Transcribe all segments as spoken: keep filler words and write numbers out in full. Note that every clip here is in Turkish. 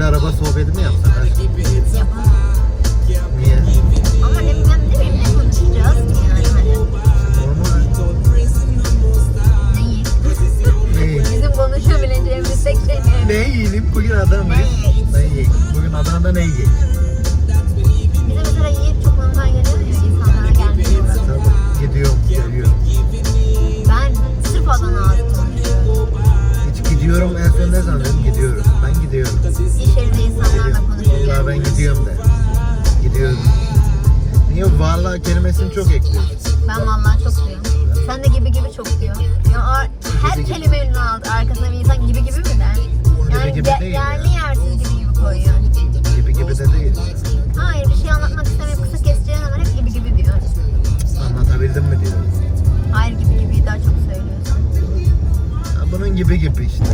böyle araba sohbeti mi yapsak? Yapalım. Niye? Ama ne bileyim ne bileyim ne konuşacağız ki yani hani. Normal. Neyi? Ne? Bizim konuşabileceğimiz tek şey ne? Ne yiyelim? Bugün Adana'dayız. Ne yiyelim? Bugün Adana'da ne yiyelim? Bize mesela yiyip çok normal geliyor ya insanlara gelmiyor. Tabii. Gidiyorum, geliyorum. Ben sırf Adana ağzı konuşuyorum. Hiç gidiyorum en son ne sanırım? Gidiyorum. Ben gidiyorum. İş yerinde insanlarla konuşurken. Ya ben gidiyorum de. Gidiyorum. Niye? Vallahi kelimesini çok ekliyorsun. Ben vallahi çok diyorum. Sen de gibi gibi çok diyor. Ya ar- her Gibi gibi. kelimenin alt arkasına bir insan gibi gibi mi der? Yani gibi ge- değil yerli ya. yersiz gibi gibi koyuyor. Gibi gibi de değil. Hayır bir şey anlatmak istemeyip kısa keseceğin zaman hep gibi gibi diyor. Anlatabildim mi diyor. Hayır gibi gibi daha çok söylüyorsun. Ya bunun gibi gibi işte.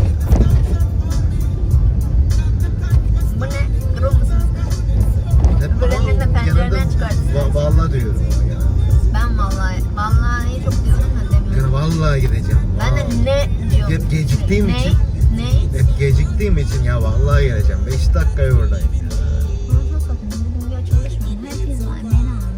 Bu ne? Kırıl mısınız? Hep Böyle elinde pencereden genelde çıkartırsın. va- vallahi diyorum ama genelde. Ben vallahi, vallahi çok diyorum da demiyorum. Yani vallahi gideceğim. Ben de ne diyorum? Hep geciktiğim ne? için. Ne? Hep geciktiğim için ya vallahi geleceğim. beş dakikaya oradayım. Nasıl satayım? Bugün ya çalışmıyorum. Herkes var. Beni anlıyor.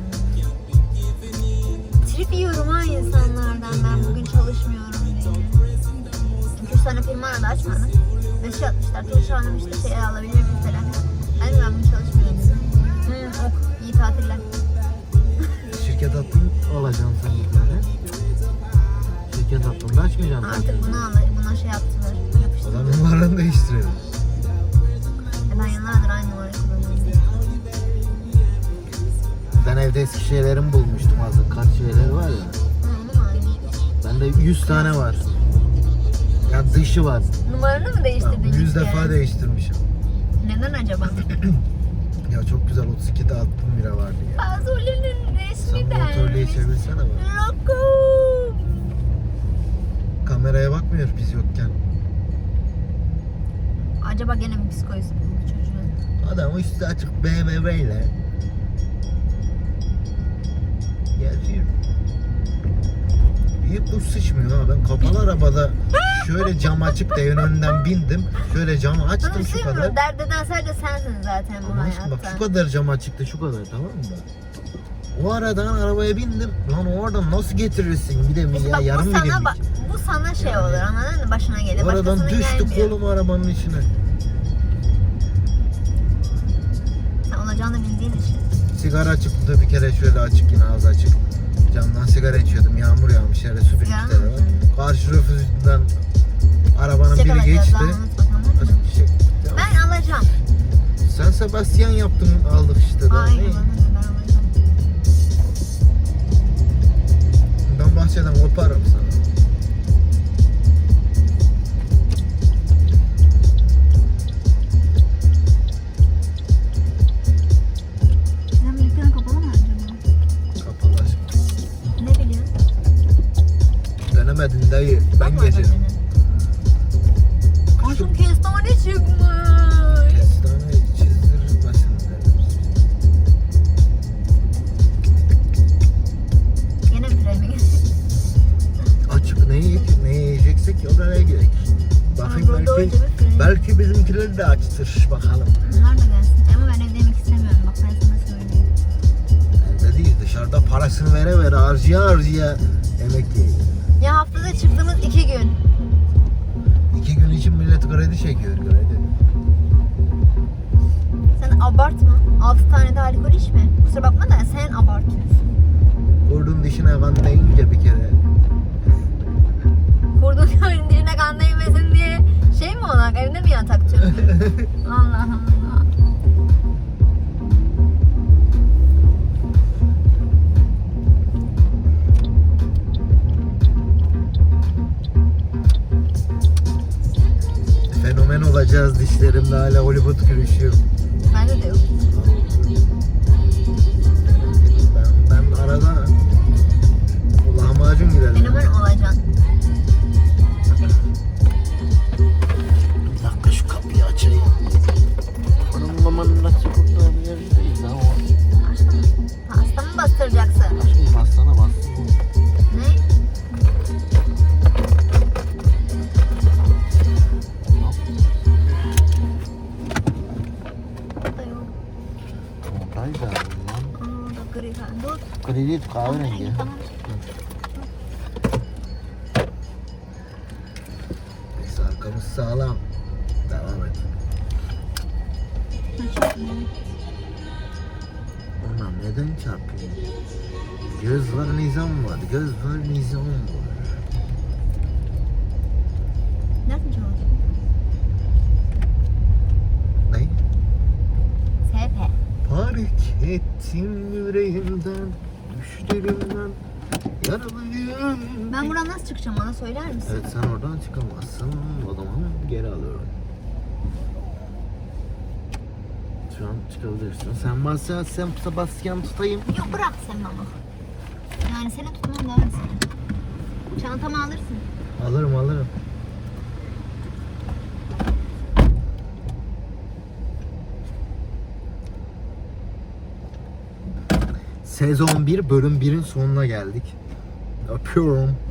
Trip yiyorum ha insanlardan. Ben bugün çalışmıyorum diye. iki üç tane firma aradı açmadım. Mesaj atmışlar. Tuğçe Hanım işte şey alabilir miyim falan. Ben de ben bugün çalışmıyorum dedim. Hı, ok. İyi tatiller. Şirket hattın alacaksın sen bir tane. Şirket hattını da açmayacaksın. Artık bunu al. Buna şey yaptılar. O Yapıştırdılar. zaman numaranı değiştirelim. E ben yıllardır aynı numarayı kullanıyorum. Ben evde eski şeylerimi bulmuştum hazır. Kart şeyleri var ya. Hı, onu mu aynı? Bende yüz tane var. Ya dışı var. Numaranı mı değiştirdin? yüz ilk defa kere? değiştirmişim. Neden acaba? Ya çok güzel otuz ikide attım lira vardı ya. Fazoli'nin Sen resmi motorluyu dermiş. çevirsene bak. Lokum. Kameraya bakmıyor biz yokken. Acaba gene mi psikolojisi buldu çocuğun? Adam üstü açık B M W ile geziyor. İyi kuş sıçmıyor ha. Ben kapalı arabada şöyle cam açıp da evin önünden bindim. Şöyle camı açtım Sana şu şey kadar. mi? Dert eden sadece sensin zaten bu Ama aşkım hayatta. bak şu kadar cam açıktı şu kadar tamam mı? O aradan arabaya bindim. Lan oradan nasıl getirirsin bir de mi İşte ya bak, yarım bu sana, milimlik. bak, bu sana şey Yani. olur anladın mı? Başına gelir. Aradan Başkasına düştü gelmiyor. kolum arabanın içine. Sen olacağını bildiğin için. Sigara çıktı bir kere şöyle açık yine ağzı açık. Camdan sigara içiyordum. Yağmur yağmış yerde su Sigara birikti mı? var. Karşı röfüzden arabanın Çiçek biri alacağız, geçti. daha unutma, tamam mı? Açık çiçek. Ya Ben alacağım. sen Sebastian yaptın aldık işte. Daha Aynen ne? ben alacağım. Ben bahçeden koparım sana. Senin bu dükkanı kapalı mı acaba? Kapalı aşkım. Ne biliyorsun? Dönemedin dayı. Ben Bakma geçerim. beni. Aşkım kestane çıkmış. Kestane çizdirmesin derler. Yine bir remi. Açık ne, yiyecek, ne yiyeceksek oraya gerek. Bakayım Burada belki, önce bir freni. belki bizimkileri de açtır bakalım. Bunlar da gelsin. Ama ben evde yemek istemiyorum. Bak ben sana söyleyeyim. Evde değil dışarıda parasını vere vere harcaya harcaya yemek yiyor. Ya haftada çıktığımız iki gün. İki gün için millet kredi çekiyor kredi. Sen abartma. Altı tane de alkol içme. Kusura bakma da sen abartıyorsun. Kurdun dişine kan değince bir kere. Kurdun köyün dişine kan değmesin diye şey mi olarak evinde mi yatak tutuyorsun? Allah Allah. Fenomen olacağız dişlerimde hala Hollywood gülüşüyor. Bende de yok. Ben, ben arada lahmacun gidelim. Fenomen olacaksın. Bir dakika şu kapıyı açayım. Onun mamanın nasıl kurtlar bir yerdeyiz ha o. Aşkım pasta mı bastıracaksın? Aşkım bastana bas. Ne? Gri değil, kahverengi. Kahverengi, tamam. Neyse arkamız sağlam. Devam et. Ona neden çarpıyor? Göz var, nizam var. Göz var, nizam var. Nasıl çalışıyor? Ne? S P. Fark ettim yüreğimden, düşlerimden, yaralıyım. Ben buradan nasıl çıkacağım, bana söyler misin? Evet, sen oradan çıkamazsın. O zaman geri alıyorum. Şu an çıkabilirsin. Sen Basyan, sen Sebastian tutayım. Yok, bırak sen baba. Yani seni tutmam daha iyi. Çantamı alırsın. Alırım alırım. Sezon bir bölüm birin sonuna geldik. Öpüyorum.